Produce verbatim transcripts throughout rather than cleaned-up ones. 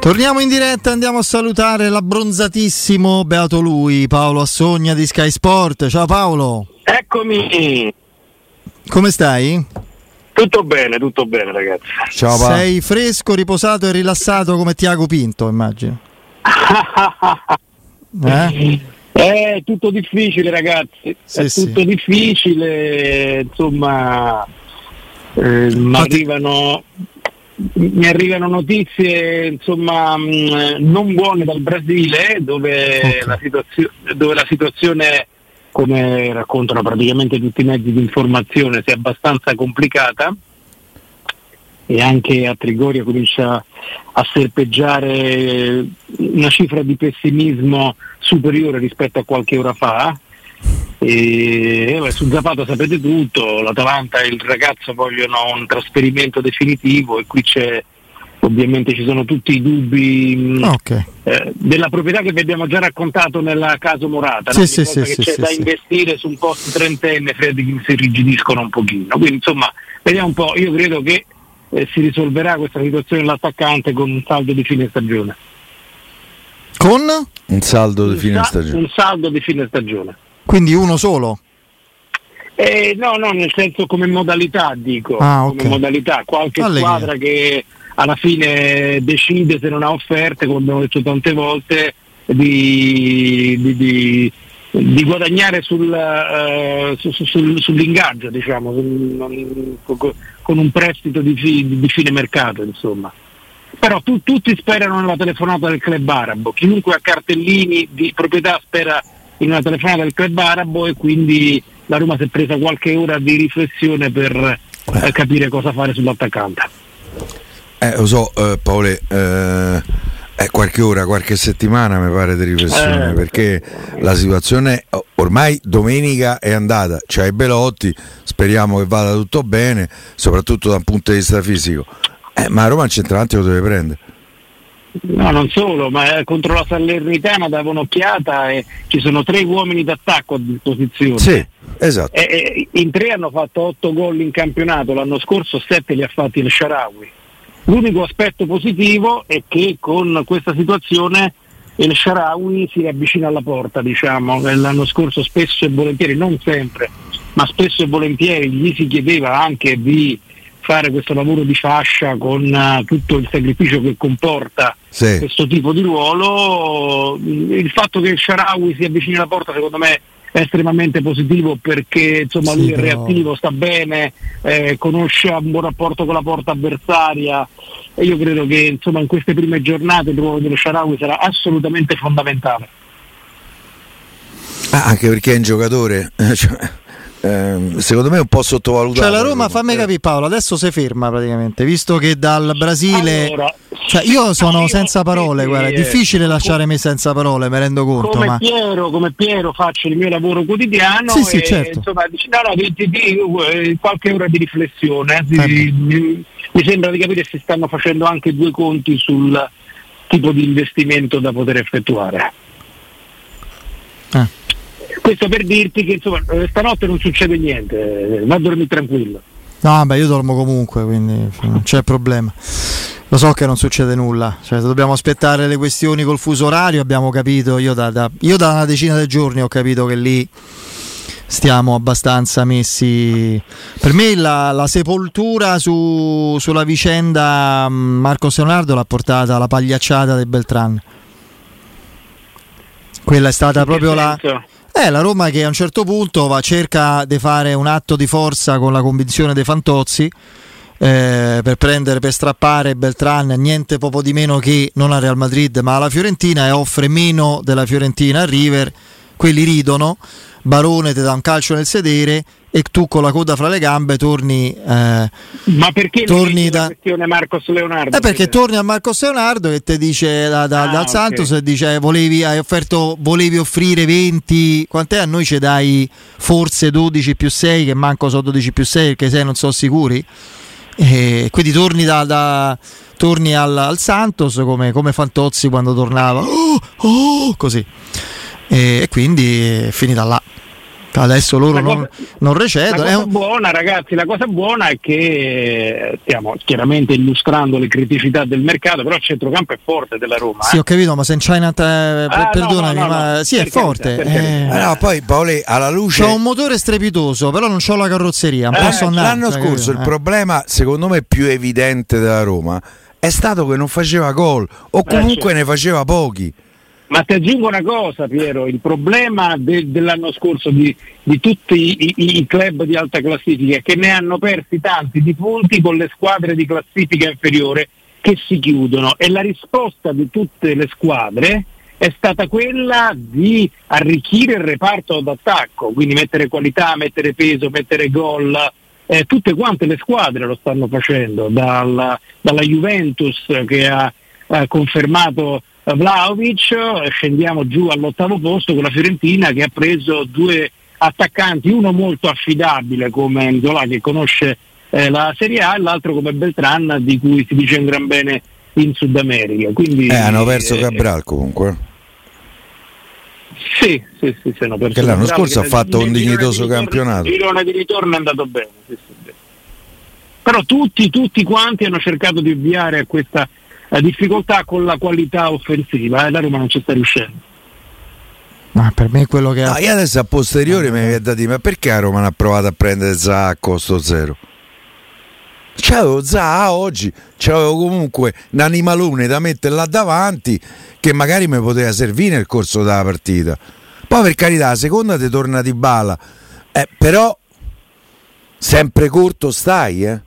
Torniamo in diretta, andiamo a salutare l'abbronzatissimo, beato lui, Paolo Assogna di Sky Sport. Ciao Paolo. Eccomi. Come stai? Tutto bene, tutto bene ragazzi. Ciao Paolo. Sei fresco, riposato e rilassato come Tiago Pinto, immagino. eh? È tutto difficile ragazzi, sì, è tutto sì. difficile, insomma, eh, mi arrivano... Mi arrivano notizie insomma mh, non buone dal Brasile, dove, okay. la situazio- dove la situazione, come raccontano praticamente tutti i mezzi di informazione, sia abbastanza complicata, e anche a Trigoria comincia a serpeggiare una cifra di pessimismo superiore rispetto a qualche ora fa. E eh, su Zapata sapete tutto, l'Atalanta e il ragazzo vogliono un trasferimento definitivo, e qui c'è ovviamente ci sono tutti i dubbi okay. eh, della proprietà che vi abbiamo già raccontato nel caso Morata, sì, no? sì, sì, che sì, c'è sì, da sì. investire su un post trentenne, Freddy, si irrigidiscono un pochino, quindi insomma vediamo un po'. Io credo che eh, si risolverà questa situazione dell'attaccante con un saldo di fine stagione. Con? Un saldo di fine sa- stagione. Un saldo di fine stagione. Quindi uno solo? Eh, no, no, nel senso come modalità, dico. Ah, okay. Come modalità. Qualche Allegria. Squadra che alla fine decide, se non ha offerte, come abbiamo detto tante volte, di, di, di, di guadagnare sul, uh, su, su, sul, sull'ingaggio, diciamo, sul, con un prestito di, fi, di fine mercato, insomma. Però tu, tutti sperano nella telefonata del club arabo, chiunque ha cartellini di proprietà spera in una telefonata del club arabo, e quindi la Roma si è presa qualche ora di riflessione per eh, capire cosa fare sull'attaccante. Eh, lo so, eh, Paolo, eh, eh, qualche ora, qualche settimana mi pare di riflessione, eh, perché la situazione ormai domenica è andata, c'hai Belotti, speriamo che vada tutto bene, soprattutto da un punto di vista fisico, eh, ma Roma il centravanti lo deve prendere. No, non solo, ma contro la Salernitana dava un'occhiata e ci sono tre uomini d'attacco a disposizione. Sì, esatto. E, e, in tre hanno fatto otto gol in campionato, l'anno scorso sette li ha fatti il Shaarawy. L'unico aspetto positivo è che con questa situazione il Shaarawy si avvicina alla porta, diciamo. L'anno scorso spesso e volentieri, non sempre, ma spesso e volentieri gli si chiedeva anche di fare questo lavoro di fascia con uh, tutto il sacrificio che comporta sì. questo tipo di ruolo. Il fatto che il Shaarawy si avvicini alla porta secondo me è estremamente positivo, perché insomma sì, lui è però... reattivo, sta bene, eh, conosce, ha un buon rapporto con la porta avversaria, e io credo che insomma in queste prime giornate il ruolo dello Shaarawy sarà assolutamente fondamentale. Ah, anche perché è un giocatore cioè... Eh, secondo me è un po' sottovalutato. Cioè la Roma, fammi capire Paolo, adesso si ferma praticamente, visto che dal Brasile allora, cioè io sono senza parole, guarda, è difficile lasciare me senza parole, mi rendo conto, come ma Piero, come Piero faccio il mio lavoro quotidiano, sì, e sì, certo. insomma dici, no, no, di, di, di, qualche ora di riflessione, eh, di, mi, mi sembra di capire se stanno facendo anche due conti sul tipo di investimento da poter effettuare. Eh. Questo per dirti che insomma stanotte non succede niente, va a dormire tranquillo. No, beh, io dormo comunque, quindi non c'è problema. Lo so che non succede nulla, cioè se dobbiamo aspettare le questioni col fuso orario, abbiamo capito, io da, da, io da una decina di giorni ho capito che lì stiamo abbastanza messi. Per me la, la sepoltura su, sulla vicenda Marcos Leonardo l'ha portata la pagliacciata del Beltran. Quella è stata proprio la... Eh, la Roma che a un certo punto va, cerca di fare un atto di forza con la convinzione dei Fantozzi eh, per prendere, per strappare Beltran, niente poco di meno che non al Real Madrid ma alla Fiorentina, e offre meno della Fiorentina a River. Quelli ridono, Barone ti dà un calcio nel sedere e tu con la coda fra le gambe torni eh, ma perché torni da la questione Marcos Leonardo? Eh perché torni a Marcos Leonardo che ti dice da, da, ah, dal okay. Santos e dice volevi, hai offerto, volevi offrire venti, quant'è, a noi ci dai forse dodici più sei, che manco so dodici più sei perché sei non sono sicuri, e quindi torni da, da torni al, al Santos come, come Fantozzi quando tornava oh, oh, così, e, e quindi è finita là. Adesso loro cosa, non, non recedono. La cosa buona, ragazzi, la cosa buona è che stiamo chiaramente illustrando le criticità del mercato, però il centrocampo è forte della Roma. Sì, eh. ho capito, ma se in China te, ah, perdonami, no, no, no, ma no, sì, è forte. Eh. Ah, no, poi Paoli, alla luce. C'ho un motore strepitoso, però non c'ho la carrozzeria. Non eh, posso andare. L'anno cioè, scorso eh. il problema, secondo me, più evidente della Roma è stato che non faceva gol o comunque eh, ne faceva pochi. Ma ti aggiungo una cosa, Piero, il problema de- dell'anno scorso di, di tutti i, i, i club di alta classifica è che ne hanno persi tanti di punti con le squadre di classifica inferiore che si chiudono, e la risposta di tutte le squadre è stata quella di arricchire il reparto d'attacco, quindi mettere qualità, mettere peso, mettere gol. Eh, tutte quante le squadre lo stanno facendo, dalla, dalla Juventus che ha, ha confermato Vlahovic, scendiamo giù all'ottavo posto con la Fiorentina che ha preso due attaccanti, uno molto affidabile come Nzola che conosce eh, la Serie A, e l'altro come Beltran di cui si dice un gran bene in Sud America. Quindi, eh, hanno perso eh, Cabral comunque. Sì, sì, sì, sì, hanno perso. Che l'anno scorso ha fatto un dignitoso campionato. Il girone di ritorno è andato bene, sì, sì. Però tutti, tutti quanti hanno cercato di ovviare a questa a difficoltà con la qualità offensiva, e eh, la Roma non ci sta riuscendo. Ma per me è quello che no, ha... io adesso a posteriori mi viene da dire, ma perché la Roma non ha provato a prendere Zaha a costo zero? C'avevo Zaha oggi, c'avevo comunque un animalone da mettere là davanti che magari mi poteva servire nel corso della partita. Poi per carità, la seconda ti torna Dybala, eh, però sempre corto stai, eh?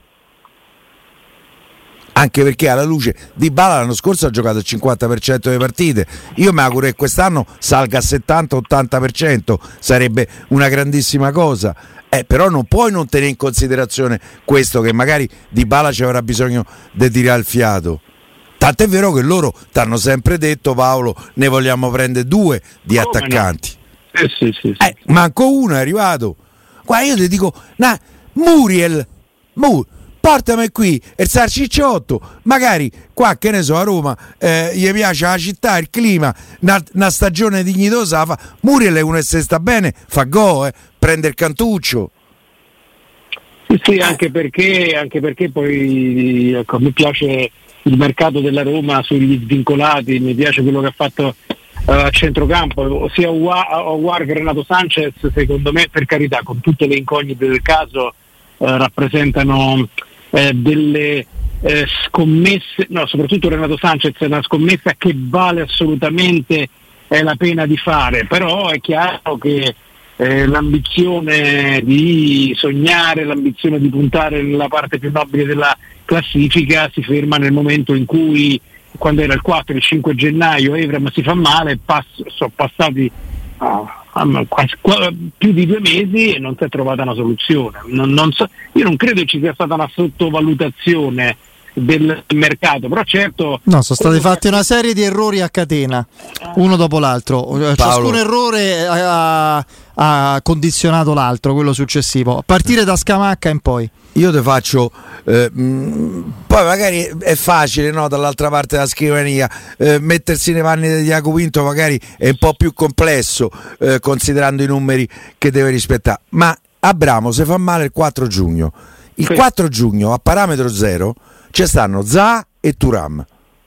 Anche perché alla luce Dybala l'anno scorso ha giocato il cinquanta per cento delle partite, io mi auguro che quest'anno salga al settanta ottanta per cento, sarebbe una grandissima cosa, eh, però non puoi non tenere in considerazione questo, che magari Dybala ci avrà bisogno di tirare il fiato. Tant'è vero che loro ti hanno sempre detto, Paolo, ne vogliamo prendere due di Come attaccanti no? eh, sì, sì, sì. Eh, manco uno è arrivato. Guarda, io ti dico, nah, Muriel Mur- portami qui il Sarcicciotto, magari qua, che ne so, a Roma eh, gli piace la città, il clima, una, una stagione dignitosa fa. Muriel è uno che se sta bene fa go, eh, prende il cantuccio. Sì, sì, anche perché, anche perché poi ecco, a me piace il mercato della Roma sugli svincolati, mi piace quello che ha fatto uh, a centrocampo, sia Aouar che Renato Sanchez, secondo me, per carità, con tutte le incognite del caso, uh, rappresentano Eh, delle eh, scommesse, no, soprattutto Renato Sanchez è una scommessa che vale assolutamente eh, la pena di fare, però è chiaro che eh, l'ambizione di sognare, l'ambizione di puntare nella parte più nobile della classifica si ferma nel momento in cui, quando era il quattro il cinque gennaio, Evram si fa male, pass- sono passati ah, Quasi, più di due mesi e non si è trovata una soluzione. Non, non so, io non credo ci sia stata una sottovalutazione del mercato, però certo no, sono stati fatti una serie di errori a catena, uno dopo l'altro. Paolo. Ciascun errore ha, ha condizionato l'altro, quello successivo, a partire da Scamacca in poi. Io te faccio eh, mh, poi magari è facile, no, dall'altra parte della scrivania eh, mettersi nei panni di Diaco Pinto magari è un po' più complesso eh, considerando i numeri che deve rispettare, ma Abramo si fa male il quattro giugno, il quattro giugno a parametro zero ci stanno Zaha e Thuram.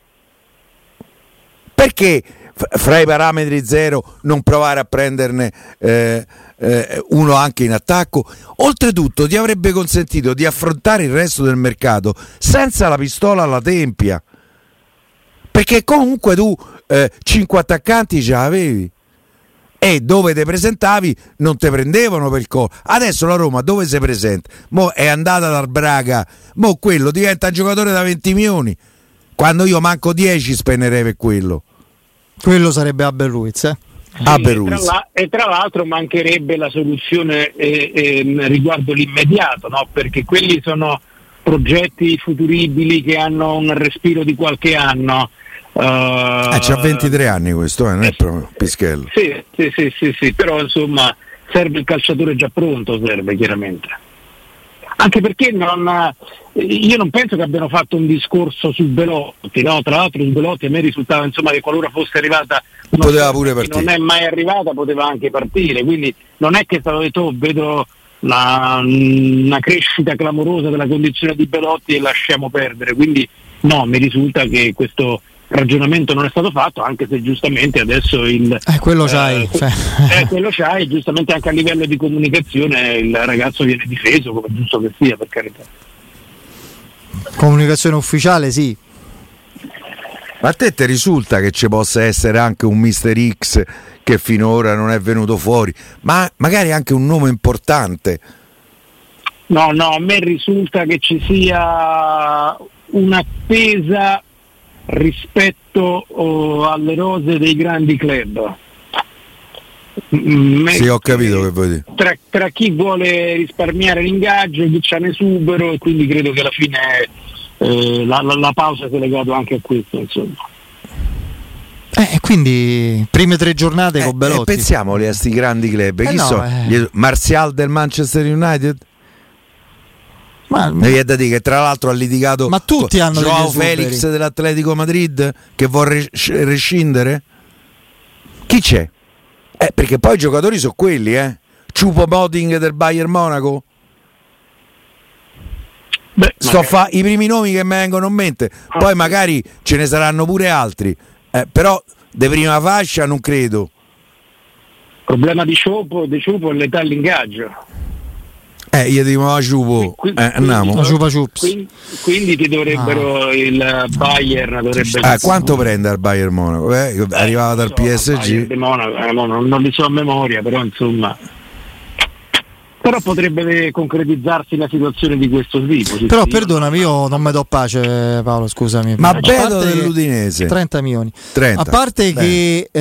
Perché fra i parametri zero non provare a prenderne eh, eh, uno anche in attacco? Oltretutto ti avrebbe consentito di affrontare il resto del mercato senza la pistola alla tempia, perché comunque tu eh, cinque attaccanti ce l'avevi e dove te presentavi non te prendevano per il collo. Adesso la Roma dove si presenta? Mo è andata dal Braga, mo quello diventa un giocatore da venti milioni, quando io manco dieci spenderei per quello. Quello sarebbe Abel Ruiz, eh? Sì, e, tra la, e tra l'altro mancherebbe la soluzione eh, eh, riguardo l'immediato, no? Perché quelli sono progetti futuribili che hanno un respiro di qualche anno. Uh, eh, c'ha ventitré anni questo, eh, non è proprio Pischello. Sì, sì, sì, sì, sì, però insomma serve il calciatore già pronto, serve chiaramente. Anche perché non, io non penso che abbiano fatto un discorso su Belotti, no? Tra l'altro su Belotti a me risultava insomma che qualora fosse arrivata una poteva pure partire. Non è mai arrivata, poteva anche partire, quindi non è che è stato detto oh, vedo la, una crescita clamorosa della condizione di Belotti e lasciamo perdere, quindi no, mi risulta che questo ragionamento non è stato fatto, anche se giustamente adesso il eh, quello eh, c'hai cioè. eh, quello c'hai, giustamente anche a livello di comunicazione il ragazzo viene difeso come giusto che sia, per carità. Comunicazione ufficiale sì. Ma a te ti risulta che ci possa essere anche un mister X che finora non è venuto fuori, ma magari anche un nome importante? No, no, a me risulta che ci sia un'attesa rispetto oh, alle rose dei grandi club. Mm, sì, ho capito che vuoi dire. Tra, tra chi vuole risparmiare l'ingaggio, chi c'ha un esubero, e quindi credo che alla fine eh, la, la, la pausa sia legata anche a questo, insomma. Eh, quindi prime tre giornate eh, con Belotti. E pensiamoli a sti grandi club. Eh chi no, so? Eh. Martial del Manchester United? Ma, mi viene da dire che tra l'altro ha litigato ma tutti con hanno Joao Felix dell'Atletico Madrid che vuole rescindere. Chi c'è? Eh, perché poi i giocatori sono quelli, eh? Choupo-Moting del Bayern Monaco. Beh, sto a fa i primi nomi che mi vengono in mente, poi magari ce ne saranno pure altri, eh, però de prima fascia non credo. Il problema di Choupo, di Choupo è l'età all'ingaggio. Eh, io dico a Ciupo, eh, andiamo. Quindi, quindi ti dovrebbero ah. il Bayern dovrebbe. Eh, quanto prende al Bayern Monaco? Eh, eh, arrivava dal so, P S G. Monaco, eh, non, non li so a memoria, però insomma. Però potrebbe concretizzarsi la situazione di questo tipo. Però perdonami, io non mi do pace, Paolo, scusami. Ma vedo dell'Udinese trenta milioni. trenta. A parte Bene. che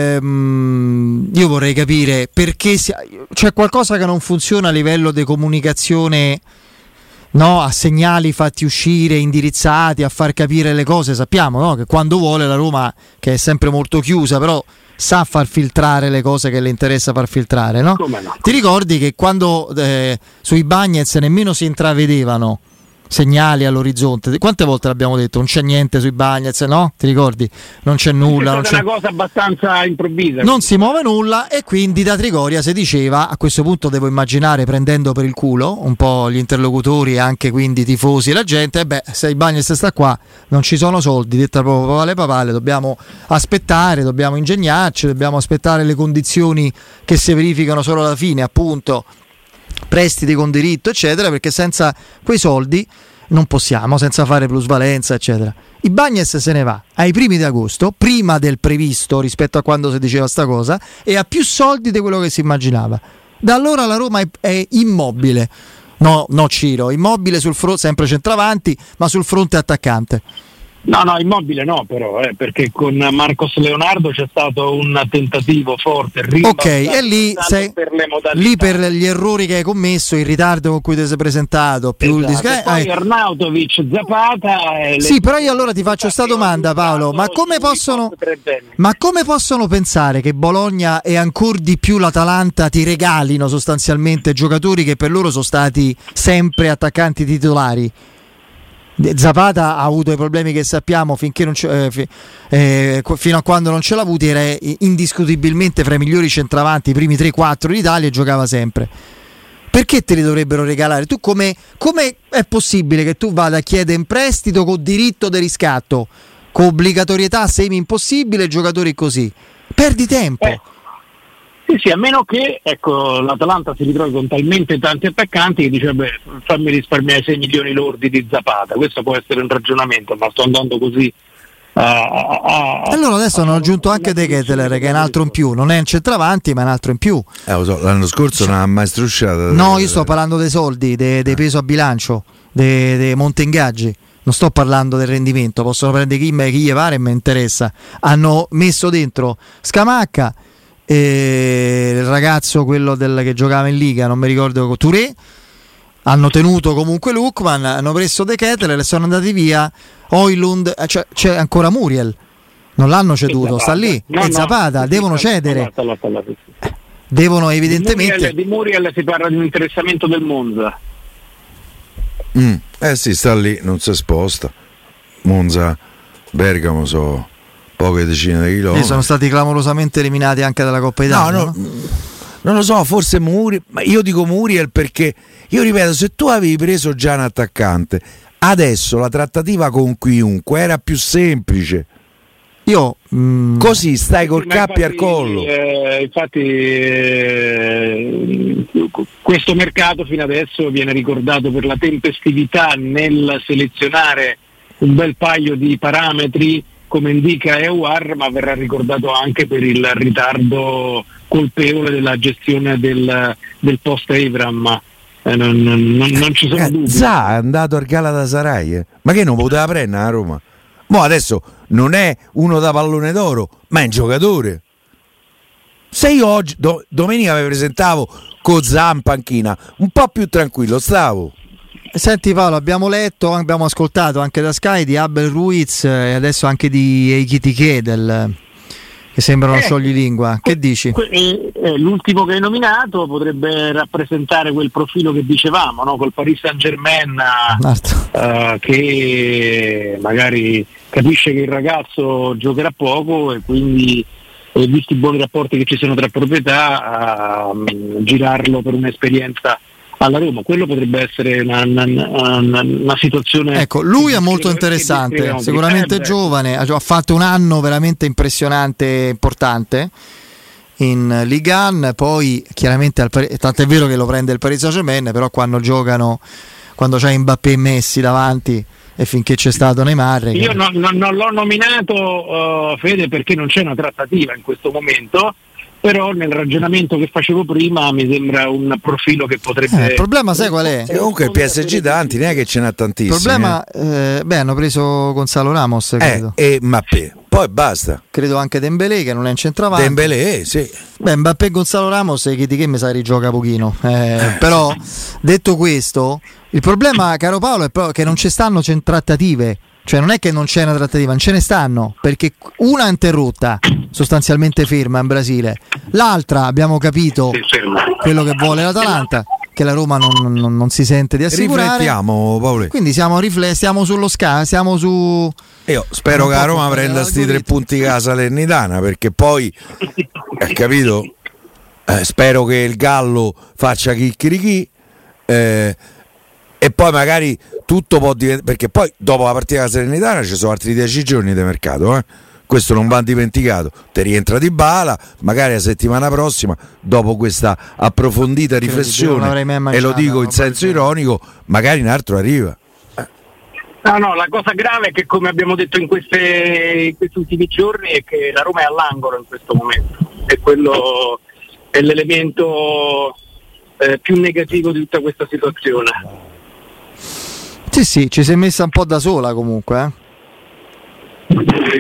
ehm, io vorrei capire perché si, c'è qualcosa che non funziona a livello di comunicazione, no? A segnali fatti uscire, indirizzati, a far capire le cose. Sappiamo, no? Che quando vuole la Roma, che è sempre molto chiusa, però sa far filtrare le cose che le interessa far filtrare, no? Come no? Ti ricordi che quando eh, sui Bagnets nemmeno si intravedevano segnali all'orizzonte? Quante volte l'abbiamo detto? Non c'è niente sui Bagnets, no? Ti ricordi? Non c'è nulla. È non stata c'è... una cosa abbastanza improvvisa. Non si muove nulla e quindi da Trigoria si diceva, a questo punto devo immaginare prendendo per il culo un po' gli interlocutori e anche quindi i tifosi e la gente, e beh, se i Bagnets sta qua non ci sono soldi, detta proprio papale papale, dobbiamo aspettare, dobbiamo ingegnarci, dobbiamo aspettare le condizioni che si verificano solo alla fine, appunto prestiti con diritto eccetera, perché senza quei soldi non possiamo, senza fare plusvalenza eccetera. I Bagnets se ne va ai primi di agosto, prima del previsto rispetto a quando si diceva sta cosa, e ha più soldi di quello che si immaginava. Da allora la Roma è, è immobile, no, no Ciro, immobile sul fronte, sempre centravanti, ma sul fronte attaccante. No, no, Immobile no, però, eh, perché con Marcos Leonardo c'è stato un tentativo forte. Ok, e lì, sei, per le lì per gli errori che hai commesso, il ritardo con cui ti sei presentato, più esatto. il disc- poi eh, Arnautovic, Zapata. E sì, però io allora ti faccio questa domanda, Paolo: ma come possono, ma come possono pensare che Bologna e ancor di più l'Atalanta ti regalino sostanzialmente giocatori che per loro sono stati sempre attaccanti titolari? Zapata ha avuto i problemi che sappiamo finché non eh, fi, eh, fino a quando non ce l'ha avuti, era indiscutibilmente fra i migliori centravanti, i primi tre quattro in Italia, e giocava sempre. Perché te li dovrebbero regalare? Tu come, come è possibile che tu vada a chiedere in prestito con diritto di riscatto, con obbligatorietà semi impossibile, giocatori così? Perdi tempo. Eh. Sì, sì, a meno che ecco, l'Atalanta si ritrovi con talmente tanti attaccanti che dice beh, fammi risparmiare sei milioni lordi di Zapata. Questo può essere un ragionamento, ma sto andando così. Uh, uh, allora adesso hanno aggiunto anche De Ketelaere, che è un altro in più, non è un centravanti ma è un altro in più. Eh, lo so, l'anno scorso non ha mai strusciato. No, io sto parlando dei soldi, dei, dei peso a bilancio, dei, dei monte ingaggi. Non sto parlando del rendimento, possono prendere chi, chi gli pare e mi interessa. Hanno messo dentro Scamacca, e il ragazzo quello del, che giocava in Liga, non mi ricordo, Touré, hanno tenuto comunque Lukman, hanno preso De Ketelaere e sono andati via Højlund, cioè, c'è ancora Muriel, non l'hanno ceduto, sta lì, no, e Zapata, no, devono cedere, devono evidentemente. Di Muriel, di Muriel si parla di un interessamento del Monza. Mm. Eh sì, sta lì, non si sposta. Monza, Bergamo sono poche decine di chilometri. E sono stati clamorosamente eliminati anche dalla Coppa Italia. No, no, no? non lo so, forse Muriel, ma io dico Muriel perché io ripeto, se tu avevi preso già un attaccante, adesso la trattativa con chiunque era più semplice. Io mh... così stai col cappi al collo. Eh, infatti eh, questo mercato fino adesso viene ricordato per la tempestività nel selezionare un bel paio di parametri come indica E U R, ma verrà ricordato anche per il ritardo colpevole della gestione del, del post Evram. Eh, non, non, non ci sono dubbi. Zà è andato al Galatasaray, eh. Ma che non poteva prendere a Roma? Mo adesso non è uno da pallone d'oro, ma è un giocatore. Se io oggi do, domenica mi presentavo con Zà in panchina, un po' più tranquillo stavo. Senti Paolo, abbiamo letto, abbiamo ascoltato anche da Sky di Abel Ruiz e adesso anche di Ekitike del che sembrano eh, scioglilingua. Che dici? Eh, eh, l'ultimo che hai nominato potrebbe rappresentare quel profilo che dicevamo, no? Col Paris Saint-Germain uh, che magari capisce che il ragazzo giocherà poco e quindi, eh, visti i buoni rapporti che ci sono tra proprietà, uh, girarlo per un'esperienza alla Roma. Quello potrebbe essere una, una, una, una situazione. Ecco, lui è molto interessante, sicuramente giovane, ha fatto un anno veramente impressionante, importante in Ligue uno, poi chiaramente al, tanto è vero che lo prende il Paris Saint-Germain, però quando giocano, quando c'è Mbappé e Messi davanti e finché c'è stato Neymar. Io che... non, non, non l'ho nominato uh, Fede perché non c'è una trattativa in questo momento. Però nel ragionamento che facevo prima mi sembra un profilo che potrebbe. Eh, il problema sai qual è? E comunque il P S G tanti, non è che ce n'ha tantissimi. Il problema, eh. Eh, beh, hanno preso Gonzalo Ramos, credo. Eh, e Mbappé, poi basta. Credo anche Dembélé, che non è in centravanti. Dembélé, sì. Beh, Mbappé e Gonzalo Ramos, che ti che mi sa rigioca pochino. Eh, eh, però, detto questo, il problema, caro Paolo, è proprio che non ci stanno trattative. Cioè non è che non c'è una trattativa, non ce ne stanno, perché una è interrotta, sostanzialmente ferma in Brasile, l'altra abbiamo capito quello che vuole l'Atalanta, che la Roma non, non, non si sente di assicurare. Riflettiamo, Paolo. Quindi siamo rifle- stiamo sullo sca, siamo su. Io spero che la Roma prenda sti tre punti casa Salernitana, perché poi hai capito? Eh, spero che il Gallo faccia chicchirichì eh, e poi magari tutto può diventare, perché poi dopo la partita della Salernitana ci sono altri dieci giorni di mercato, eh? Questo non va dimenticato. Te rientra Dybala, magari la settimana prossima, dopo questa approfondita riflessione, e lo dico in senso ironico, magari un altro arriva. No, no, la cosa grave è che, come abbiamo detto in, queste, in questi ultimi giorni, è che la Roma è all'angolo in questo momento, e quello è l'elemento eh, più negativo di tutta questa situazione. Sì, sì, ci si è messa un po' da sola comunque. Eh?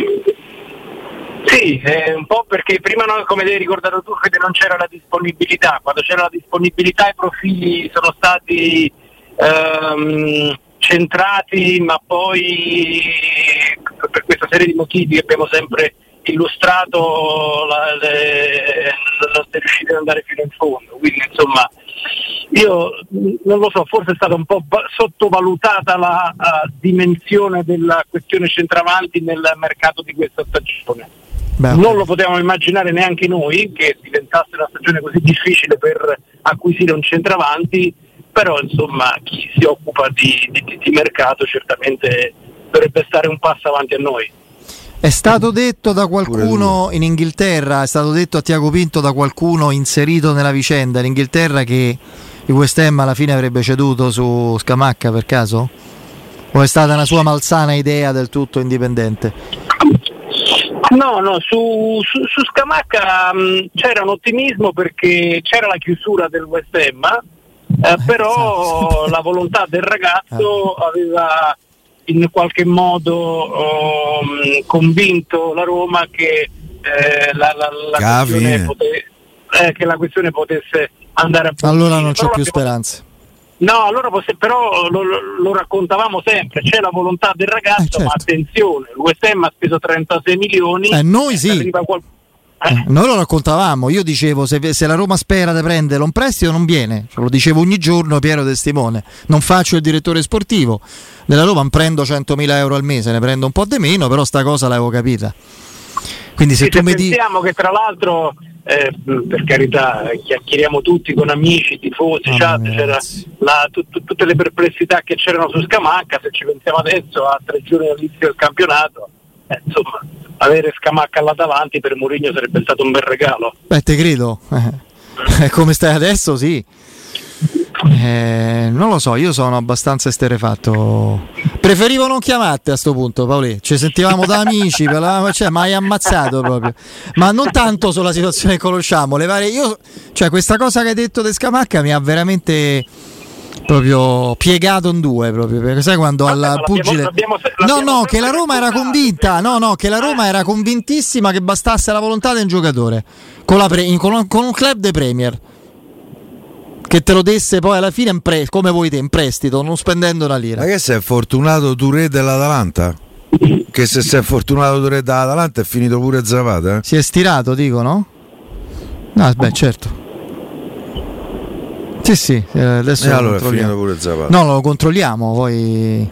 Sì, eh, un po' perché prima, no, come hai ricordato tu, che non c'era la disponibilità. Quando c'era la disponibilità i profili sono stati ehm, centrati, ma poi per questa serie di motivi che abbiamo sempre illustrato la, le, non si è riusciti ad andare fino in fondo. Quindi insomma io non lo so, forse è stata un po' sottovalutata la uh, dimensione della questione centravanti nel mercato di questa stagione. Beh, non lo potevamo immaginare neanche noi che diventasse una stagione così difficile per acquisire un centravanti, però insomma chi si occupa di, di, di mercato certamente dovrebbe stare un passo avanti a noi. È stato detto da qualcuno in Inghilterra, è stato detto a Tiago Pinto da qualcuno inserito nella vicenda in Inghilterra, che il West Ham alla fine avrebbe ceduto su Scamacca per caso? O è stata una sua malsana idea del tutto indipendente? No, no, su, su, su Scamacca mh, c'era un ottimismo perché c'era la chiusura del West Ham, eh, però la volontà del ragazzo aveva in qualche modo um, convinto la Roma che, eh, la, la, la questione pote- eh, che la questione potesse andare a buon allora non c'è però più abbiamo... speranze. No, allora però lo, lo raccontavamo sempre, c'è la volontà del ragazzo, eh, certo. Ma attenzione, il West Ham ha speso trentasei milioni, eh, noi sì. arriva, qual- Eh, noi lo raccontavamo, io dicevo se, se la Roma spera di prenderlo un prestito non viene, lo dicevo ogni giorno Piero Testimone, non faccio il direttore sportivo della Roma, prendo centomila euro al mese, ne prendo un po' di meno, però sta cosa l'avevo capita. Quindi se sì, tu se mi dici... pensiamo che tra l'altro, eh, per carità, chiacchieriamo tutti con amici, tifosi, oh, chat, c'era la, t- t- tutte le perplessità che c'erano su Scamacca, se ci pensiamo adesso a tre giorni dall'inizio del campionato, eh, insomma, avere Scamacca là davanti per Mourinho sarebbe stato un bel regalo. Beh, te credo, eh, come stai adesso sì. Eh, non lo so, io sono abbastanza esterefatto. Preferivo non chiamarti a sto punto, Paoli. Ci sentivamo da amici, la, cioè, ma hai ammazzato proprio. Ma non tanto sulla situazione che conosciamo. Le varie, io, cioè, questa cosa che hai detto di Scamacca mi ha veramente proprio piegato in due. Proprio, perché sai quando al pugile. L'abbiamo, l'abbiamo no, no, che la Roma era convinta. No, no, che la Roma era convintissima che bastasse la volontà del giocatore con, la pre, con, con un club de Premier. Che te lo desse poi alla fine in pre- come vuoi te, in prestito, non spendendo una lira. Ma che sei fortunato Touré dell'Atalanta? Che se sei fortunato Touré dell'Atalanta è finito pure Zapata? Eh? Si è stirato, dicono? No, beh, certo. Sì, sì, adesso e allora è finito pure Zapata. No, lo controlliamo, poi...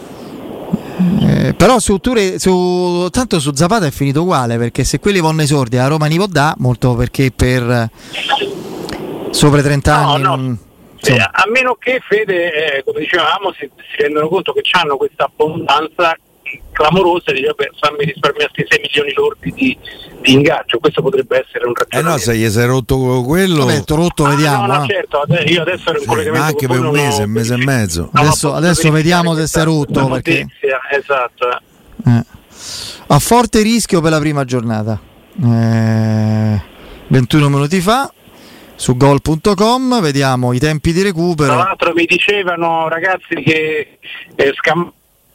Eh, però su Touré, su, tanto su Zapata è finito uguale, perché se quelli vanno esordi a Roma ne può dà, molto perché per... sopra i trenta anni no, no. Non, eh, a meno che Fede, eh, come dicevamo, si, si rendono conto che hanno questa abbondanza clamorosa e dice vabbè, fammi risparmiare questi sei milioni lordi di, di ingaggio, questo potrebbe essere un ragionamento. Eh no, se gli sei rotto quello vabbè, rotto, ah, vediamo no, no, eh. certo, io adesso ero in sì, collegamento ma anche con per un mese, no, un mese e mezzo no, adesso, adesso vediamo se si è rotto perché... esatto eh. A forte rischio per la prima giornata, eh, ventuno minuti fa su gol punto com, vediamo i tempi di recupero. Tra l'altro mi dicevano ragazzi che eh, scam-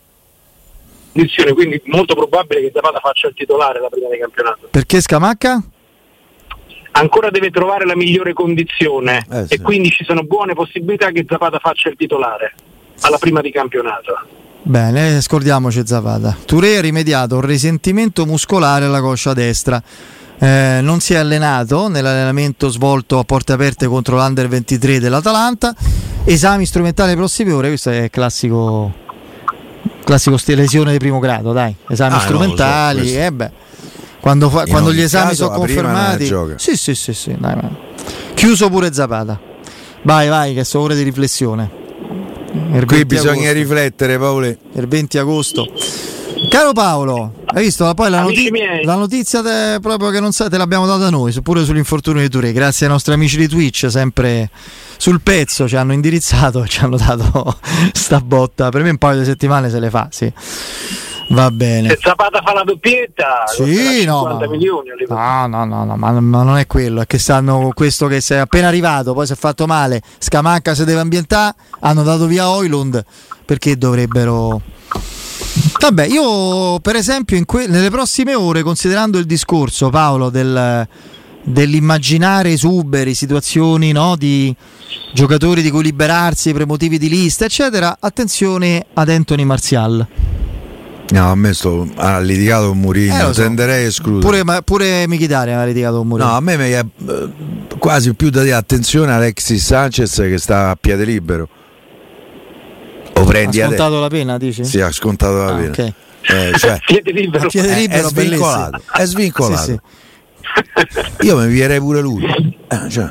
quindi molto probabile che Zapata faccia il titolare la prima di campionato. Perché Scamacca? Ancora deve trovare la migliore condizione eh, sì. E quindi ci sono buone possibilità che Zapata faccia il titolare alla prima di campionato. Bene, scordiamoci Zapata. Touré ha rimediato un risentimento muscolare alla coscia destra. Eh, non si è allenato nell'allenamento svolto a porte aperte contro l'Under ventitré dell'Atalanta. Esami strumentali le prossime ore. Questo è classico classico st- lesione di primo grado, dai. Esami ah, strumentali, no, so, eh beh. Quando, fa, quando gli esami sono confermati, sì, sì, sì, sì, dai, dai. Chiuso pure Zapata. Vai, vai, che sono ore di riflessione. Qui bisogna agosto. riflettere, Paolo. Il venti agosto. Caro Paolo, hai visto poi la, noti- la notizia te, proprio che non sa, te l'abbiamo data noi, pure sull'infortunio di Touré, grazie ai nostri amici di Twitch, sempre sul pezzo, ci hanno indirizzato e ci hanno dato sta botta. Per me un paio di settimane se le fa, sì. Va bene. Se Zapata fa la doppietta, sì, no, cinquanta milioni. No, no, no, no, ma, ma non è quello, è che stanno questo che si è appena arrivato, poi si è fatto male, Scamacca si deve ambientare, hanno dato via Højlund, perché dovrebbero... Vabbè, io per esempio in que- nelle prossime ore, considerando il discorso, Paolo, del, dell'immaginare esuberi, situazioni, no, di giocatori di cui liberarsi per motivi di lista, eccetera, attenzione ad Anthony Martial. No, a me sto, ha litigato con Mourinho, eh, so. tenderei a escludere. Pure, ma, pure Mkhitaryan ha litigato con Mourinho. No, a me mi è eh, quasi più da dire attenzione a Alexis Sanchez che sta a piede libero. O prendi ha scontato la pena, dici? Sì, ha scontato la ah, pena. Okay. Eh, cioè, piede libero, piede libero è, è svincolato. È svincolato. Sì, sì. Io mi vierei pure lui. Eh, cioè.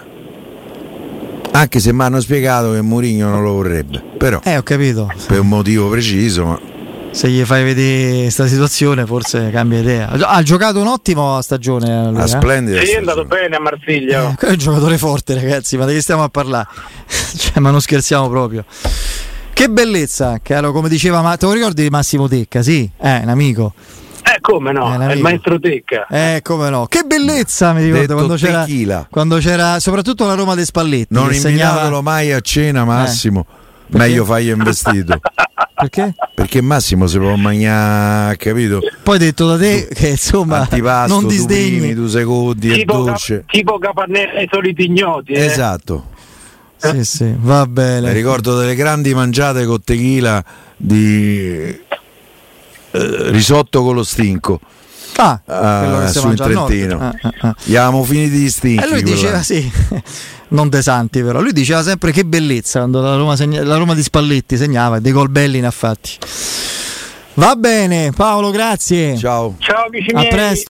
Anche se mi hanno spiegato che Mourinho non lo vorrebbe. Però eh, ho capito. Per un motivo preciso, ma se gli fai vedere questa situazione forse cambia idea. Ha giocato un'ottima stagione lui, a eh? splendida sì, è andato bene a Marsiglia. Eh, è un giocatore forte, ragazzi, ma di che stiamo a parlare? Cioè, ma non scherziamo proprio. Che bellezza, caro, come diceva, ma te lo ricordi di Massimo Tecca? Sì, è un amico. Eh come no, è, è il maestro Tecca. Eh come no, che bellezza, mi ricordo quando c'era, quando c'era soprattito la Roma dei Spalletti. Non invitatelo segnava... mai a cena, Massimo. Eh. Meglio fagli investito. Perché? Perché Massimo si può mangiare, capito? Poi detto da te che insomma antipasto, non disdegni. Tu primi, tu secondi tipo e dolce. Ca- tipo Capannella ai soliti ignoti. Eh? Esatto. Sì, sì, va bene. Mi ricordo delle grandi mangiate con tequila di eh, risotto con lo stinco. Ah, uh, su in Trentino. Ah, ah, ah. Abbiamo finiti gli stinchi. E lui diceva sì, non De Santi però, lui diceva sempre che bellezza quando la Roma, segna, la Roma di Spalletti segnava, dei gol belli ne ha fatti. Va bene Paolo, grazie. Ciao. Ciao amici miei. A presto.